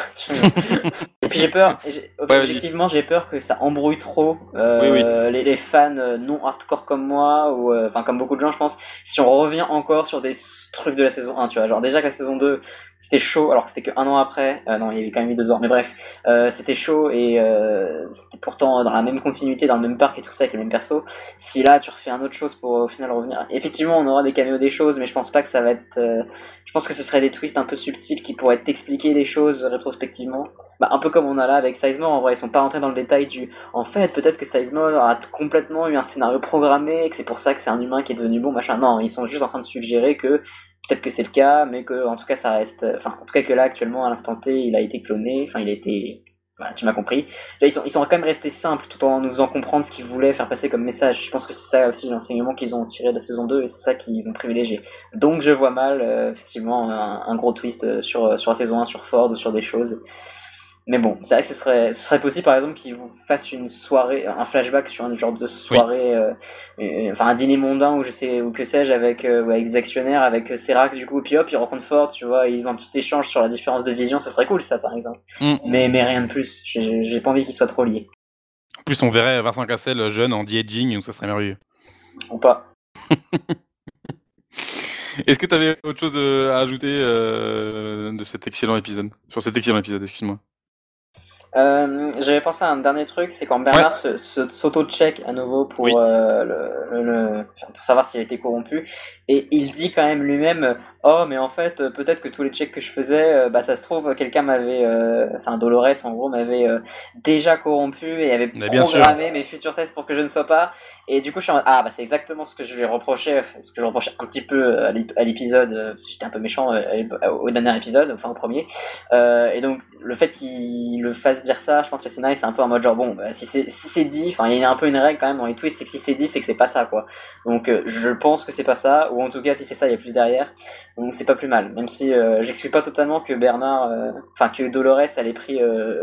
Et puis j'ai peur, Ouais, vas-y. objectivement j'ai peur que ça embrouille trop Oui, oui. les fans non hardcore comme moi, ou enfin comme beaucoup de gens je pense, si on revient encore sur des trucs de la saison 1, tu vois, genre déjà que la saison 2 c'était chaud, alors que c'était que un an après, non il y avait quand même eu 2 ans, mais bref, c'était chaud et c'était pourtant dans la même continuité, dans le même parc et tout ça avec les mêmes persos. Si là tu refais un autre chose pour au final revenir, effectivement on aura des caméos des choses, mais je pense pas que ça va être... je pense que ce serait des twists un peu subtils qui pourraient t'expliquer les choses rétrospectivement. Un peu comme on a là avec Sizemore, en vrai, ils sont pas rentrés dans le détail du. En fait, peut-être que Sizemore a complètement eu un scénario programmé, et que c'est pour ça que c'est un humain qui est devenu bon, machin. Non, ils sont juste en train de suggérer que peut-être que c'est le cas, mais que en tout cas ça reste. Enfin, en tout cas que là actuellement, à l'instant T, il a été cloné, enfin il a été. Voilà, tu m'as compris. Là, ils sont quand même restés simples tout en nous faisant comprendre ce qu'ils voulaient faire passer comme message. Je pense que c'est ça aussi l'enseignement qu'ils ont tiré de la saison 2 et c'est ça qu'ils vont privilégier. Donc je vois mal, effectivement, un gros twist sur la saison 1, sur Ford ou sur des choses. Mais bon, c'est vrai que ce serait possible par exemple qu'ils vous fassent une soirée, un flashback sur un genre de Oui. soirée, enfin un dîner mondain ou je sais ou que sais-je avec des actionnaires, avec Serac du coup, et puis hop ils rencontrent Ford, tu vois, et ils ont un petit échange sur la différence de vision, ce serait cool ça par exemple. Mm. Mais rien de plus, j'ai pas envie qu'ils soient trop liés. En plus, on verrait Vincent Cassel jeune en de-aging, donc ça serait merveilleux. Ou pas. Est-ce que tu avais autre chose à ajouter de cet excellent épisode? Sur cet excellent épisode, excuse-moi. J'avais pensé à un dernier truc, c'est quand Ouais. Bernard s'auto-check à nouveau Oui. pour savoir s'il a été corrompu, et il dit quand même lui-même, oh mais en fait peut-être que tous les checks que je faisais, ça se trouve quelqu'un m'avait, enfin Dolores en gros m'avait déjà corrompu et avait Mais bien sûr. programmé mes futurs tests pour que je ne sois pas, et du coup je suis en mode, ah c'est exactement ce que je lui reprochais, ce que je reprochais un petit peu à l'épisode, parce que j'étais un peu méchant au dernier épisode, enfin au premier. Et donc le fait qu'il le fasse dire ça, je pense que le scénario c'est un peu en mode genre bon, si c'est dit, enfin il y a un peu une règle quand même dans les twists, c'est que si c'est dit, c'est que c'est pas ça quoi. Donc je pense que c'est pas ça, ou en tout cas si c'est ça, il y a plus derrière. Donc c'est pas plus mal, même si j'excuse pas totalement que Bernard, enfin que Dolores elle ait pris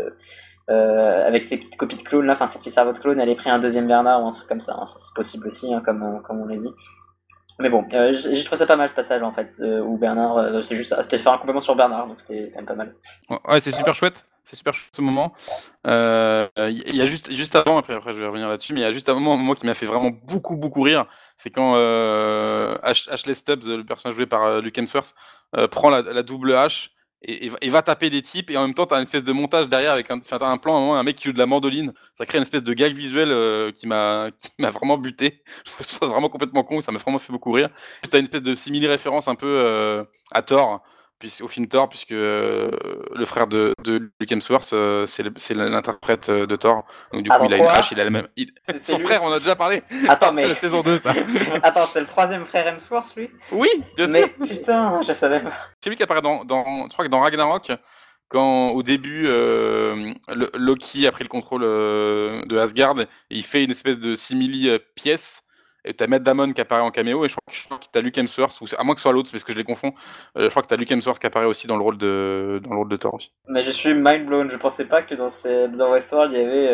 avec ses petites copies de clones là, enfin ses petits cerveaux de clones, elle ait pris un deuxième Bernard ou un truc comme ça, hein. Ça c'est possible aussi, hein, comme on l'a dit. Mais bon, j'ai trouvé ça pas mal ce passage en fait, où Bernard, c'était juste ça, c'était faire un compliment sur Bernard, donc c'était quand même pas mal. Ouais, c'est super chouette. C'est super chouette ce moment. Il y a juste avant, après je vais revenir là-dessus, mais il y a juste un moment qui m'a fait vraiment beaucoup, beaucoup rire. C'est quand Ashley Stubbs, le personnage joué par Luke Hemsworth, prend la double hache et va taper des types. Et en même temps, t'as une espèce de montage derrière avec enfin, t'as un plan, à un moment, un mec qui joue de la mandoline. Ça crée une espèce de gag visuel qui m'a vraiment buté. Je trouve ça vraiment complètement con. Ça m'a vraiment fait beaucoup rire. T'as une espèce de simili-référence un peu à Thor au film Thor, puisque le frère de Luke Hemsworth, c'est l'interprète de Thor. Donc du coup, Attends, il a une quoi? hache, il a la même. C'est Son lui? frère, on a déjà parlé Attends, après mais. la saison 2, ça. Attends, c'est le troisième frère Hemsworth, lui? Oui, bien sûr. Mais putain, je savais pas. C'est lui qui apparaît je crois que dans Ragnarok, quand au début Loki a pris le contrôle de Asgard, et il fait une espèce de simili pièce. Et t'as Matt Damon qui apparaît en caméo, et je crois que t'as Luke Hemsworth, ou à moins que ce soit l'autre, parce que je les confonds. Je crois que t'as Luke Hemsworth qui apparaît aussi dans le rôle de Thor aussi. Mais je suis mind blown. Je pensais pas que dans Westworld il y avait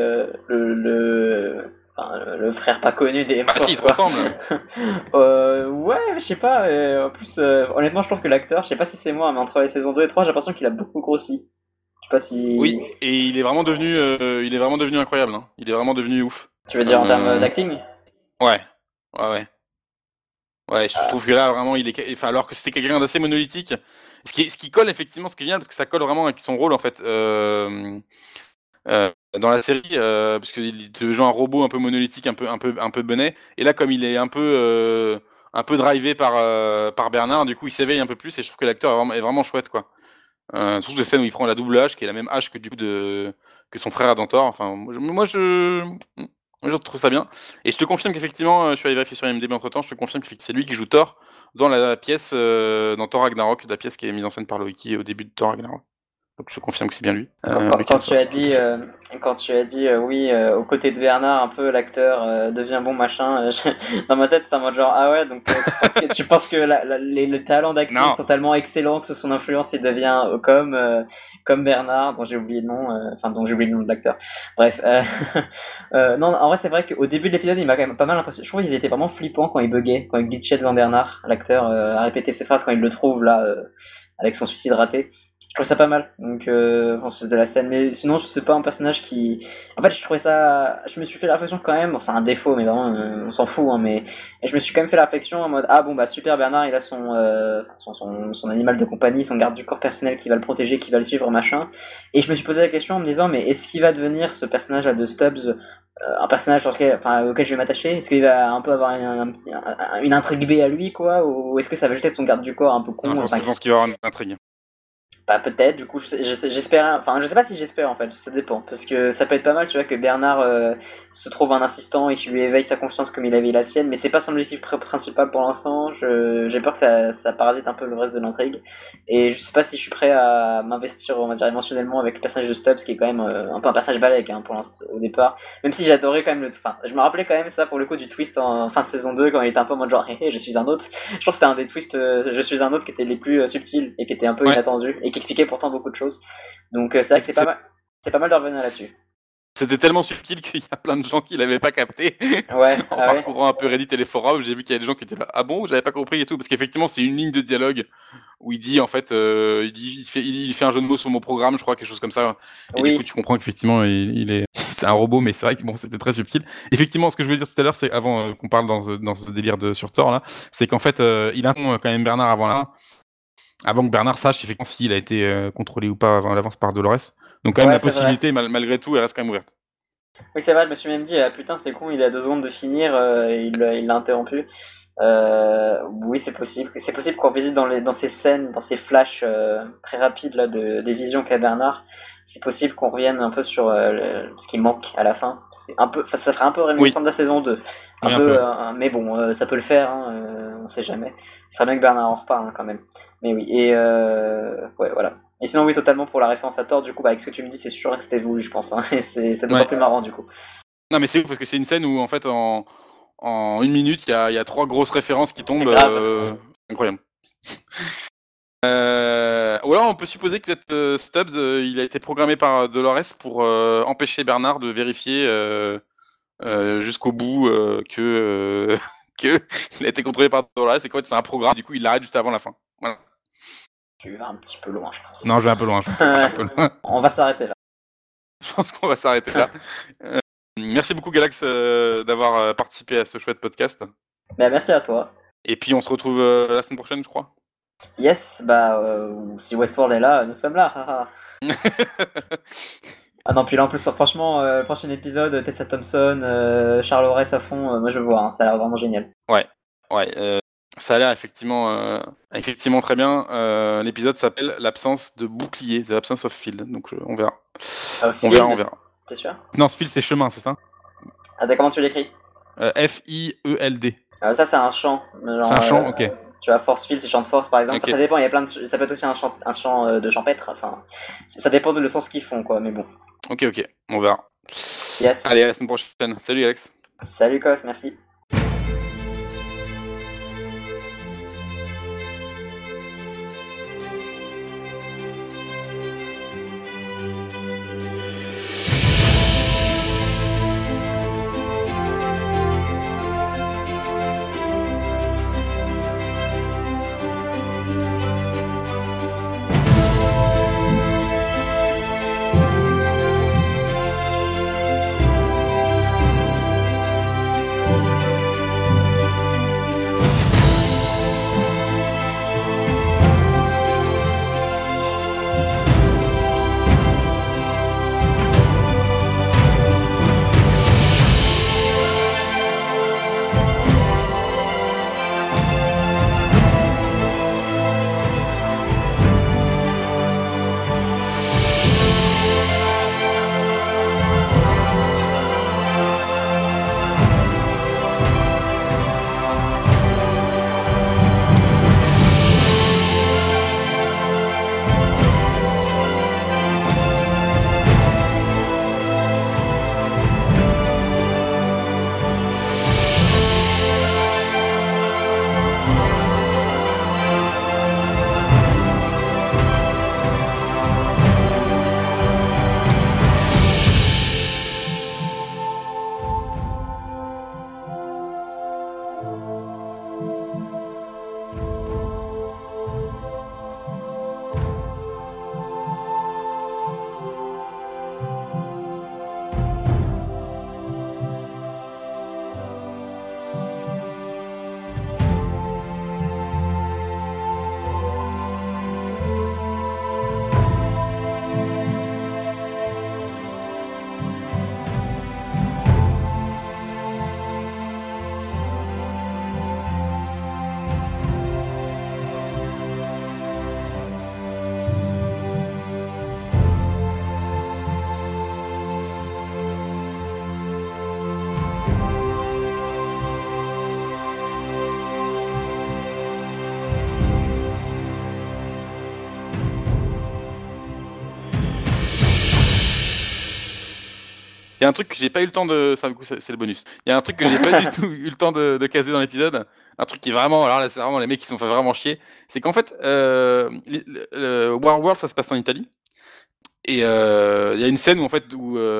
enfin, le frère pas connu des Bah si, ils Hemsworth, se quoi. ressemblent. Ouais, je sais pas. En plus, honnêtement, je trouve que l'acteur, je sais pas si c'est moi, mais entre les saisons 2 et 3 j'ai l'impression qu'il a beaucoup grossi. Je sais pas Oui, si. et il est vraiment devenu incroyable, hein. Il est vraiment devenu ouf. Tu veux dire en termes Euh, d'acting? ouais, ouais, ouais. Ouais, je trouve que là, vraiment, enfin, alors que c'était quelqu'un d'assez monolithique. Ce qui colle, effectivement, ce qui est génial, parce que ça colle vraiment avec son rôle, en fait, dans la série, parce qu'il devait jouer un robot un peu monolithique, un peu benet. Et là, comme il est un peu drivé par Bernard, du coup, il s'éveille un peu plus, et je trouve que l'acteur est vraiment chouette, quoi. Surtout les scènes où il prend la double hache, qui est la même hache que du coup que son frère Adentor. Enfin, moi, je trouve ça bien. Et je te confirme qu'effectivement, je suis allé vérifier sur IMDb entre temps, je te confirme que c'est lui qui joue Thor dans la pièce, dans Thor Ragnarok, la pièce qui est mise en scène par Loïki au début de Thor Ragnarok. Donc je te confirme que c'est bien lui. Quand Lucas tu as Box, tout à dit, fait. quand tu as dit oui, aux côtés de Bernard, un peu l'acteur devient bon machin, dans ma tête c'est en mode genre ah ouais, donc tu penses que les talents d'acting Non, sont tellement excellents que sous son influence il devient comme Bernard, dont j'ai oublié le nom, enfin dont j'ai oublié le nom de l'acteur. Bref, non, en vrai c'est vrai qu'au début de l'épisode il m'a quand même pas mal impressionné. Je trouve qu'ils étaient vraiment flippants quand il buguait, quand il glitchait devant Bernard, l'acteur a répété ses phrases quand il le trouve là avec son suicide raté. Je trouve ça pas mal, donc enfin, de la scène, mais sinon c'est pas un personnage qui... En fait je trouvais ça... Je me suis fait la réflexion quand même, bon c'est un défaut mais vraiment on s'en fout, hein, mais et je me suis quand même fait la réflexion en mode ah bon bah super Bernard il a son animal de compagnie, son garde du corps personnel qui va le protéger, qui va le suivre machin, et je me suis posé la question en me disant mais est-ce qu'il va devenir ce personnage là de Stubbs un personnage auquel je vais m'attacher? Est-ce qu'il va un peu avoir une intrigue B à lui quoi, ou est-ce que ça va juste être son garde du corps un peu non, con, je pense, enfin, je pense qu'il va y avoir une intrigue. bah peut-être, du coup j'espère, enfin je sais pas si j'espère en fait, ça dépend, parce que ça peut être pas mal tu vois que Bernard se trouve un assistant et qu'il lui éveille sa confiance comme il avait la sienne, mais c'est pas son objectif principal pour l'instant, j'ai peur que ça parasite un peu le reste de l'intrigue, et je sais pas si je suis prêt à m'investir on va dire émotionnellement avec le personnage de Stubbs qui est quand même un peu un passage balèque hein, pour l'instant au départ, même si j'adorais quand même enfin je me rappelais quand même ça pour le coup du twist en fin de saison 2 quand il était un peu en mode genre hé hé je suis un autre, je trouve que c'était un des twists je suis un autre qui était les plus subtils et qui était un peu Ouais, inattendu et qui expliquait pourtant beaucoup de choses. Donc c'est vrai c'est que que c'est- c'est pas mal de revenir là-dessus. c'était tellement subtil qu'il y a plein de gens qui l'avaient pas capté. Ouais, En ah ouais. parcourant un peu Reddit et les forums, j'ai vu qu'il y a des gens qui étaient là. Ah bon, j'avais pas compris et tout. Parce qu'effectivement, c'est une ligne de dialogue où il dit, en fait, il fait un jeu de mots sur mon programme, je crois, quelque chose comme ça. Et du coup, Oui, tu comprends qu'effectivement, c'est un robot, mais c'est vrai que bon, c'était très subtil. Effectivement, ce que je voulais dire tout à l'heure, c'est avant qu'on parle dans ce délire sur Thor, là, c'est qu'en fait, il attend quand même Bernard avant que Bernard sache effectivement s'il a été contrôlé ou pas avant l'avance par Dolores. Donc quand même ouais, la c'est vrai. possibilité, malgré tout, elle reste quand même ouverte. Oui, c'est vrai, je me suis même dit, ah, putain, c'est con, il est à 2 secondes de finir, il l'a interrompu. Oui, c'est possible. C'est possible qu'on visite dans ces scènes, dans ces flashs très rapides là, des visions qu'a Bernard. C'est possible qu'on revienne un peu sur ce qui manque à la fin. C'est un peu, enfin, ça ferait un peu Oui, réminiscent de la saison 2. Un oui, un peu, peu, ouais. mais bon, ça peut le faire, hein, on sait jamais. Ce serait bien que Bernard en reparle hein, quand même. Mais oui, et ouais, voilà. Et sinon, oui, totalement pour la référence à Thor, du coup, bah, avec ce que tu me dis, c'est sûr que c'était voulu, je pense. Hein, et c'est d'autant Ouais. plus marrant, du coup. Non, mais c'est ouf parce que c'est une scène où, en fait, en une minute, il y a trois grosses références qui C'est tombent. grave. Incroyable. Ou alors, on peut supposer que Stubbs, il a été programmé par Dolores pour empêcher Bernard de vérifier jusqu'au bout que il a été contrôlé par Dolores et qu'en fait, c'est un programme. Du coup, il l'arrête juste avant la fin. Voilà. Tu vas un petit peu loin, je pense. Non, je vais un peu loin. Je vais un peu loin. On va s'arrêter là. Je pense qu'on va s'arrêter là. Merci beaucoup, Galax, d'avoir participé à ce chouette podcast. Bah, merci à toi. Et puis, on se retrouve la semaine prochaine, je crois. Yes, bah, si Westworld est là, nous sommes là. Haha. Ah non, puis là en plus, franchement, le prochain épisode, Tessa Thompson, Charles Aurès à fond, moi je veux voir, hein, ça a l'air vraiment génial. Ouais, ouais. Ça a l'air effectivement très bien. L'épisode s'appelle L'absence de bouclier, The Absence of Field. Donc, on verra. On verra, on Field, verra. t'es sûr? Non, ce field, c'est chemin, c'est ça? Ah, comment tu l'écris? Field. Ça, c'est un chant. C'est Genre, un champ, ok. tu vois, Force Field, c'est chant de force par exemple. Ok, Ça dépend, il y a plein de. Ça peut être aussi un chant de champêtre, enfin. Ça dépend de le sens qu'ils font, quoi, mais bon. ok. On verra. Yes. Allez, à la semaine prochaine. Salut, Alex. Salut, Cos, merci. Il y a un truc que j'ai pas eu le temps de. Ça, du coup, c'est le bonus. Il y a un truc que j'ai pas du tout eu le temps de caser dans l'épisode. Un truc qui est vraiment. Alors là, c'est vraiment les mecs qui sont fait vraiment chier. C'est qu'en fait, War World, ça se passe en Italie. Et il y a une scène où, en fait,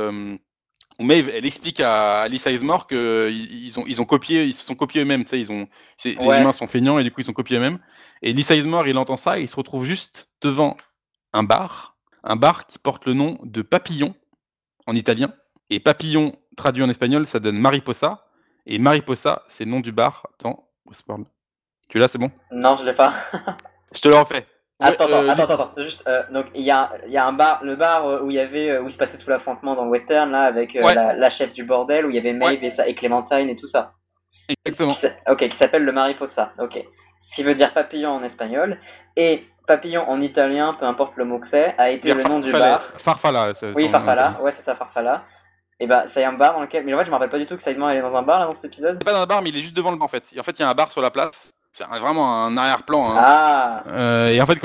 où Maeve, elle explique à Lisa Ismore que ils ont copié, ils se sont copiés eux-mêmes. Tu sais, les humains sont feignants et du coup, ils sont copiés eux-mêmes. Et Lisa Ismore, il entend ça et il se retrouve juste devant un bar. Un bar qui porte le nom de Papillon en italien. Et papillon, traduit en espagnol, ça donne mariposa. Et mariposa, c'est le nom du bar dans Westworld. Tu l'as, c'est bon? Non, je l'ai pas. Je te le refais. Attends. Juste, donc il y a un bar, le bar où il y avait, où il se passait tout l'affrontement dans le western là, avec Ouais, la chef du bordel, où il y avait Maeve et Clémentine et tout ça. exactement. Qui s'appelle le Mariposa. Ok. Ce qui veut dire papillon en espagnol et papillon en italien, peu importe le mot que c'est, a été le nom du bar. Farfalla. Oui, Farfalla. Ouais, c'est ça, Farfalla. Et bah, c'est un bar dans lequel. Mais en fait, je me rappelle pas du tout que Sidemore allait dans un bar là dans cet épisode. Il est pas dans un bar, mais il est juste devant le bar en fait. Et en fait, il y a un bar sur la place. C'est vraiment un arrière-plan. Hein. Ah. Et en fait,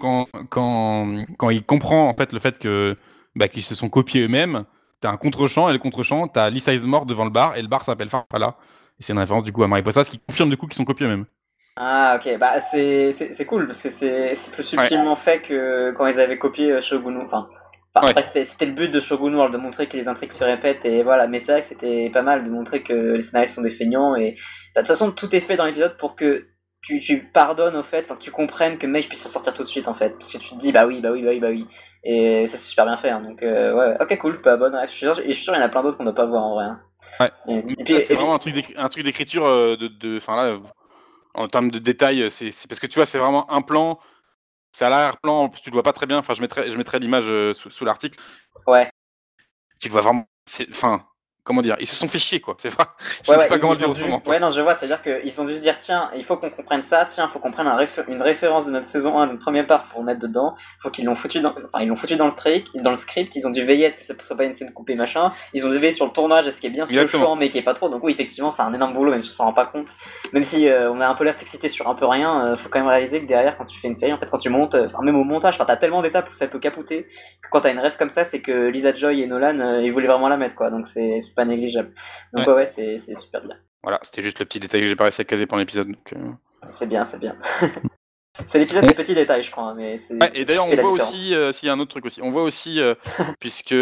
quand il comprend en fait le fait que qu'ils se sont copiés eux-mêmes, t'as un contre-champ et le contre-champ, t'as Lisa Ismore devant le bar et le bar s'appelle Farfalla. Et c'est une référence du coup à Mariposa, ce qui confirme du coup qu'ils sont copiés eux-mêmes. Ah, ok, bah c'est cool parce que c'est plus Ouais. subtilement fait que quand ils avaient copié Shogun. Enfin, Ouais. après, c'était le but de Shogun World de montrer que les intrigues se répètent et voilà, mais c'est vrai que c'était pas mal de montrer que les scénaristes sont des feignants et bah, de toute façon tout est fait dans l'épisode pour que tu pardonnes au fait, enfin que tu comprennes que Mage puisse s'en sortir tout de suite en fait, parce que tu te dis bah oui, et ça c'est super bien fait, hein, donc ouais, ok cool, bah bonne ref, je suis sûr il y en a plein d'autres qu'on doit pas voir en vrai. Hein. Ouais. Et puis, C'est vraiment un truc d'écriture enfin là, en termes de détails, c'est parce que tu vois, c'est vraiment un plan, c'est à l'arrière-plan, en plus, tu le vois pas très bien. Enfin, je mettrai l'image sous l'article. Ouais. Tu le vois vraiment. Enfin, comment dire, ils se sont fait chier quoi. C'est pas, je sais pas comment le dire autrement. Ouais, non, je vois, c'est-à-dire qu'ils ont dû se dire tiens, il faut qu'on comprenne ça, tiens, il faut qu'on prenne une référence de notre saison 1, notre première part pour mettre dedans. Faut qu'ils l'ont foutu ils l'ont foutu dans le script, ils ont dû veiller à ce que ça soit pas une scène coupée machin. Ils ont dû veiller sur le tournage, à ce qui est bien choquant mais qui est pas trop. Donc oui, effectivement, c'est un énorme boulot même si on s'en rend pas compte. Même si on a un peu l'air de s'exciter sur un peu rien, faut quand même réaliser que derrière quand tu fais une série, en fait quand tu montes, même au montage, t'as tellement d'étapes où ça peut capoter que quand t'as une rêve comme ça, c'est que Lisa Joy et Nolan ils voulaient vraiment la mettre quoi. Donc c'est pas négligeable. Donc ouais, c'est super bien. Voilà, c'était juste le petit détail que j'ai pas réussi à caser pendant l'épisode. Donc, c'est bien. C'est l'épisode des petits détails, je crois. Hein, mais c'est, et d'ailleurs, on voit aussi, s'il y a un autre truc aussi, on voit aussi, puisque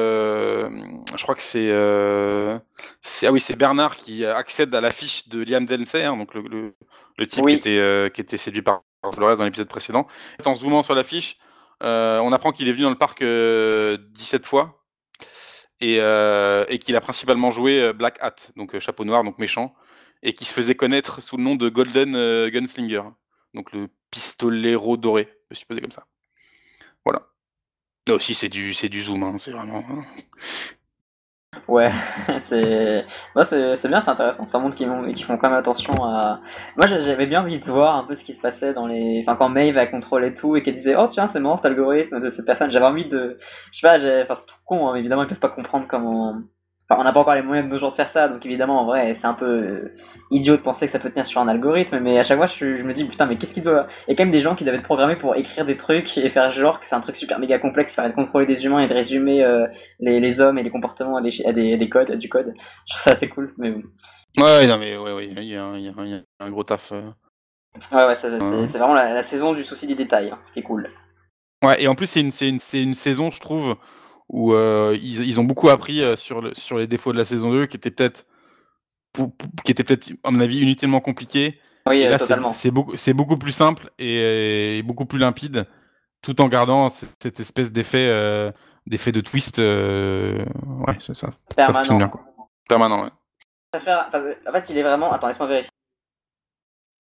je crois que ah oui, c'est Bernard qui accède à l'affiche de Liam Dempsey, hein, donc le type qui était séduit par Dolores dans l'épisode précédent. En zoomant sur l'affiche, on apprend qu'il est venu dans le parc 17 fois. Et qu'il a principalement joué Black Hat, donc chapeau noir, donc méchant, et qui se faisait connaître sous le nom de Golden Gunslinger, donc le pistolero doré, je supposé comme ça. Voilà. Là aussi, c'est du zoom, hein, c'est vraiment. Ouais, c'est bien, c'est intéressant. Ça montre qu'ils font quand même attention à. Moi, j'avais bien envie de voir un peu ce qui se passait enfin, quand Maeve a contrôlé tout et qu'elle disait, oh tiens, c'est marrant cet algorithme de cette personne. J'avais envie de, je sais pas, enfin, c'est tout con, hein, évidemment, ils peuvent pas comprendre comment. Enfin, on n'a pas encore les moyens de nos jours de faire ça, donc évidemment, en vrai, c'est un peu idiot de penser que ça peut tenir sur un algorithme, mais à chaque fois, je me dis, putain, mais qu'est-ce qu'il doit. Il y a quand même des gens qui doivent être programmés pour écrire des trucs et faire genre que c'est un truc super méga complexe, faire de contrôler des humains et de résumer les hommes et les comportements à des codes, à du code. Je trouve ça assez cool, mais bon. Ouais, non, mais ouais, il y a un gros taf. Ouais, c'est vraiment la saison du souci des détails, hein, ce qui est cool. Ouais, et en plus, c'est une saison, je trouve, où ils ont beaucoup appris sur les défauts de la saison 2, qui étaient peut-être, à mon avis, inutilement compliqués. Oui, Et là, totalement. c'est beaucoup plus simple et beaucoup plus limpide, tout en gardant cette espèce d'effet de twist. Ouais, ça fonctionne bien, quoi. Permanent, ouais. En fait, il est vraiment. Attends, laisse-moi vérifier.